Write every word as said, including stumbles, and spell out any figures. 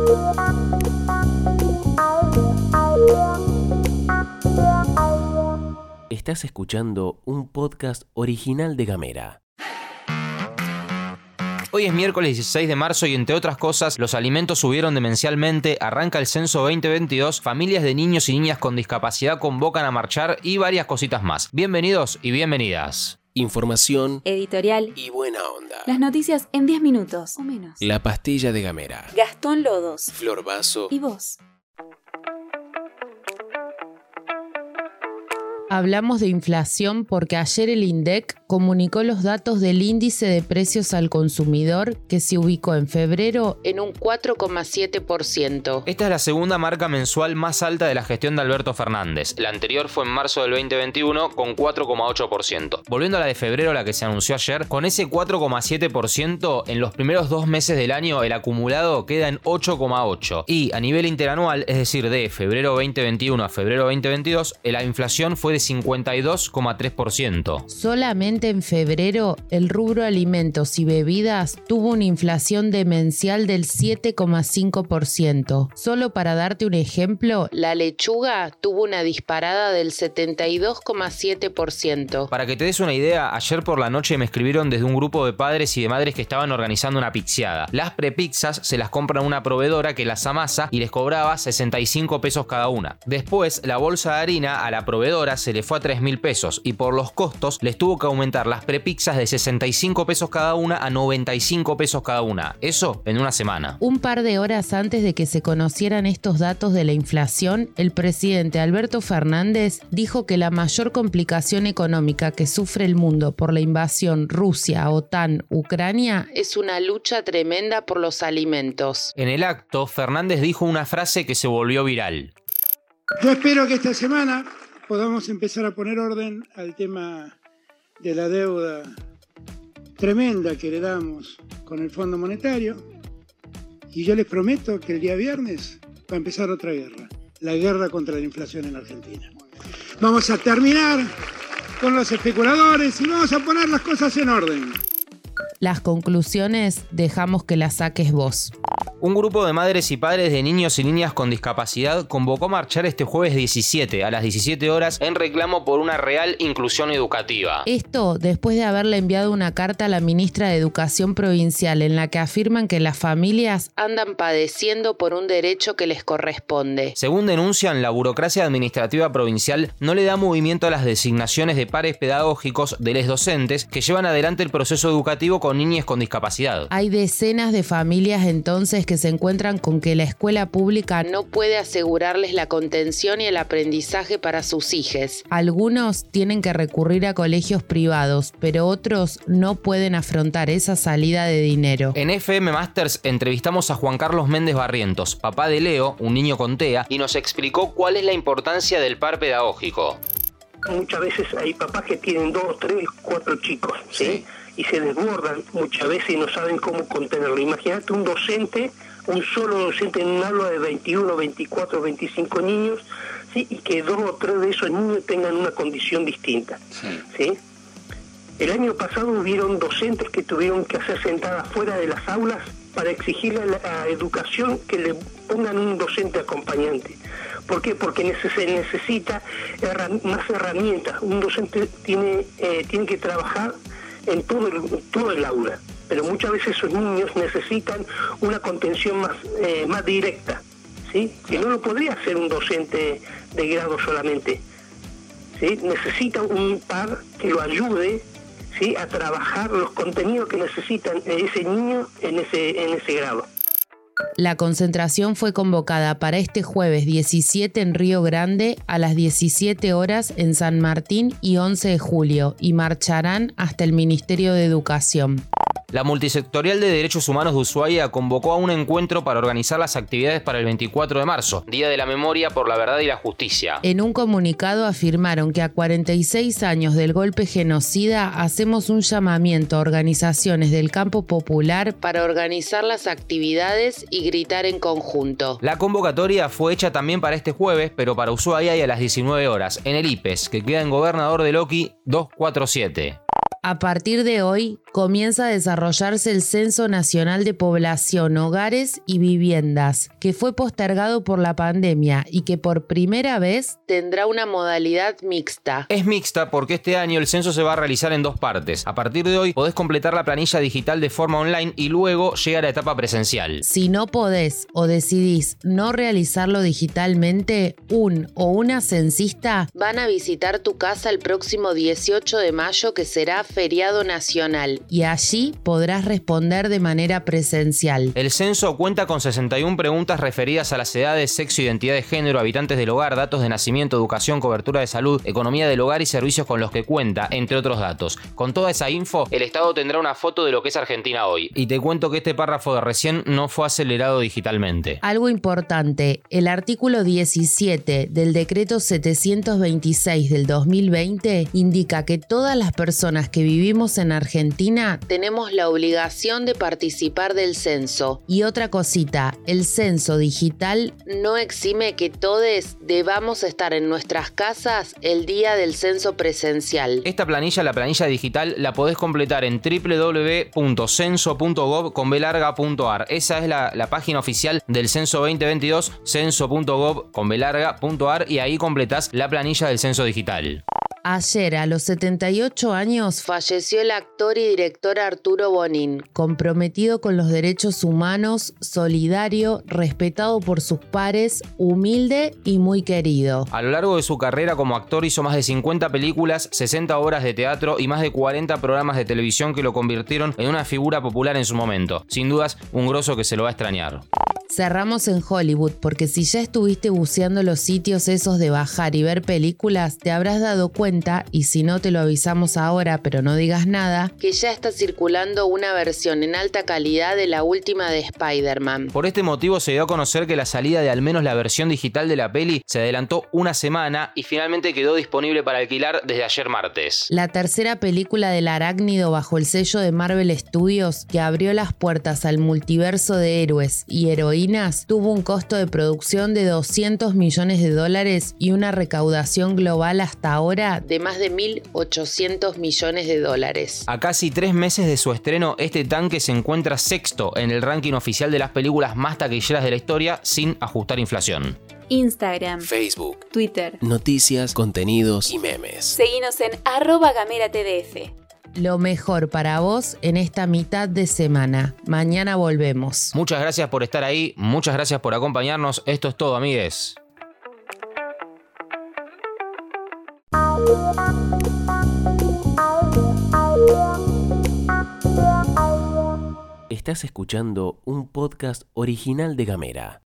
Estás escuchando un podcast original de Gamera. Hoy es miércoles dieciséis de marzo y entre otras cosas, los alimentos subieron demencialmente, arranca el censo veinte veintidós, familias de niños y niñas con discapacidad convocan a marchar y varias cositas más. Bienvenidos y bienvenidas. Información, editorial y buena onda. Las noticias en diez minutos o menos. La pastilla de Gamera. Gastón Lodos, Flor Vaso y vos. Hablamos de inflación porque ayer el INDEC comunicó los datos del índice de precios al consumidor que se ubicó en febrero en un cuatro coma siete por ciento. Esta es la segunda marca mensual más alta de la gestión de Alberto Fernández. La anterior fue en marzo del veinte veintiuno con cuatro coma ocho por ciento. Volviendo a la de febrero, la que se anunció ayer, con ese cuatro coma siete por ciento en los primeros dos meses del año el acumulado queda en ocho coma ocho por ciento. Y a nivel interanual, es decir, de febrero veinte veintiuno a febrero veinte veintidós, la inflación fue de cincuenta y dos coma tres por ciento. Solamente en febrero, el rubro alimentos y bebidas tuvo una inflación demencial del siete coma cinco por ciento. Solo para darte un ejemplo, la lechuga tuvo una disparada del setenta y dos coma siete por ciento. Para que te des una idea, ayer por la noche me escribieron desde un grupo de padres y de madres que estaban organizando una pizzeada. Las prepizzas se las compra una proveedora que las amasa y les cobraba sesenta y cinco pesos cada una. Después, la bolsa de harina a la proveedora se le fue a tres mil pesos y por los costos les tuvo que aumentar las prepizzas de sesenta y cinco pesos cada una a noventa y cinco pesos cada una. Eso en una semana. Un par de horas antes de que se conocieran estos datos de la inflación, el presidente Alberto Fernández dijo que la mayor complicación económica que sufre el mundo por la invasión Rusia, OTAN, Ucrania es una lucha tremenda por los alimentos. En el acto, Fernández dijo una frase que se volvió viral. Yo espero que esta semana podamos empezar a poner orden al tema de la deuda tremenda que heredamos con el Fondo Monetario. Y yo les prometo que el día viernes va a empezar otra guerra, la guerra contra la inflación en Argentina. Vamos a terminar con los especuladores y vamos a poner las cosas en orden. Las conclusiones dejamos que las saques vos. Un grupo de madres y padres de niños y niñas con discapacidad convocó a marchar este jueves diecisiete a las diecisiete horas en reclamo por una real inclusión educativa. Esto después de haberle enviado una carta a la ministra de Educación Provincial en la que afirman que las familias andan padeciendo por un derecho que les corresponde. Según denuncian, la burocracia administrativa provincial no le da movimiento a las designaciones de pares pedagógicos de les docentes que llevan adelante el proceso educativo con niños con discapacidad. Hay decenas de familias entonces que se encuentran con que la escuela pública no puede asegurarles la contención y el aprendizaje para sus hijos. Algunos tienen que recurrir a colegios privados, pero otros no pueden afrontar esa salida de dinero. En F M Masters entrevistamos a Juan Carlos Méndez Barrientos, papá de Leo, un niño con T E A, y nos explicó cuál es la importancia del par pedagógico. Muchas veces hay papás que tienen dos, tres, cuatro chicos, ¿sí? ¿sí? Y se desbordan muchas veces y no saben cómo contenerlo. Imagínate un docente, un solo docente en un aula de veintiuno, veinticuatro, veinticinco niños, ¿sí? Y que dos o tres de esos niños tengan una condición distinta. Sí. ¿Sí? El año pasado hubieron docentes que tuvieron que hacer sentadas fuera de las aulas para exigirle a la educación que le pongan un docente acompañante. ¿Por qué? Porque se necesita más herramientas. Un docente tiene, eh, tiene que trabajar en todo el, todo el aula, pero muchas veces esos niños necesitan una contención más, eh, más directa, ¿sí? Que no lo podría hacer un docente de grado solamente, ¿sí? Necesita un par que lo ayude, ¿sí? A trabajar los contenidos que necesitan ese niño en ese, en ese grado. La concentración fue convocada para este jueves diecisiete en Río Grande a las diecisiete horas en San Martín y once de julio y marcharán hasta el Ministerio de Educación. La Multisectorial de Derechos Humanos de Ushuaia convocó a un encuentro para organizar las actividades para el veinticuatro de marzo, Día de la Memoria por la Verdad y la Justicia. En un comunicado afirmaron que a cuarenta y seis años del golpe genocida hacemos un llamamiento a organizaciones del campo popular para organizar las actividades y gritar en conjunto. La convocatoria fue hecha también para este jueves, pero para Ushuaia y a las diecinueve horas, en el I P E S, que queda en Gobernador del Oqui doscientos cuarenta y siete. A partir de hoy, comienza a desarrollarse el Censo Nacional de Población, Hogares y Viviendas, que fue postergado por la pandemia y que por primera vez tendrá una modalidad mixta. Es mixta porque este año el censo se va a realizar en dos partes. A partir de hoy podés completar la planilla digital de forma online y luego llega la etapa presencial. Si no podés o decidís no realizarlo digitalmente, un o una censista van a visitar tu casa el próximo dieciocho de mayo, que será feriado nacional, y allí podrás responder de manera presencial. El censo cuenta con sesenta y una preguntas referidas a las edades, sexo, identidad de género, habitantes del hogar, datos de nacimiento, educación, cobertura de salud, economía del hogar y servicios con los que cuenta, entre otros datos. Con toda esa info, el Estado tendrá una foto de lo que es Argentina hoy. Y te cuento que este párrafo de recién no fue acelerado digitalmente. Algo importante, el artículo diecisiete del decreto setecientos veintiséis del dos mil veinte indica que todas las personas que vivimos en Argentina tenemos la obligación de participar del censo. Y otra cosita, el censo digital no exime que todos debamos estar en nuestras casas el día del censo presencial. Esta planilla, la planilla digital, la podés completar en w w w punto censo punto gov con b larga punto a r. Esa es la, la página oficial del censo veinte veintidós, censo punto gov con b larga punto a r, y ahí completás la planilla del censo digital. Ayer, a los setenta y ocho años, falleció el actor y director Arturo Bonín, comprometido con los derechos humanos, solidario, respetado por sus pares, humilde y muy querido. A lo largo de su carrera como actor hizo más de cincuenta películas, sesenta obras de teatro y más de cuarenta programas de televisión que lo convirtieron en una figura popular en su momento. Sin dudas, un grosso que se lo va a extrañar. Cerramos en Hollywood porque si ya estuviste buceando los sitios esos de bajar y ver películas, te habrás dado cuenta, y si no te lo avisamos ahora pero no digas nada, que ya está circulando una versión en alta calidad de la última de Spider-Man. Por este motivo se dio a conocer que la salida de al menos la versión digital de la peli se adelantó una semana y finalmente quedó disponible para alquilar desde ayer martes. La tercera película del arácnido bajo el sello de Marvel Studios, que abrió las puertas al multiverso de héroes y heroínas, tuvo un costo de producción de doscientos millones de dólares y una recaudación global hasta ahora de más de mil ochocientos millones de dólares. A casi tres meses de su estreno, este tanque se encuentra sexto en el ranking oficial de las películas más taquilleras de la historia sin ajustar inflación. Instagram, Facebook, Twitter, noticias, contenidos y memes. seguinos en arroba gamera t d f. Lo mejor para vos en esta mitad de semana. Mañana volvemos. Muchas gracias por estar ahí, muchas gracias por acompañarnos. Esto es todo, amigues. Estás escuchando un podcast original de Gamera.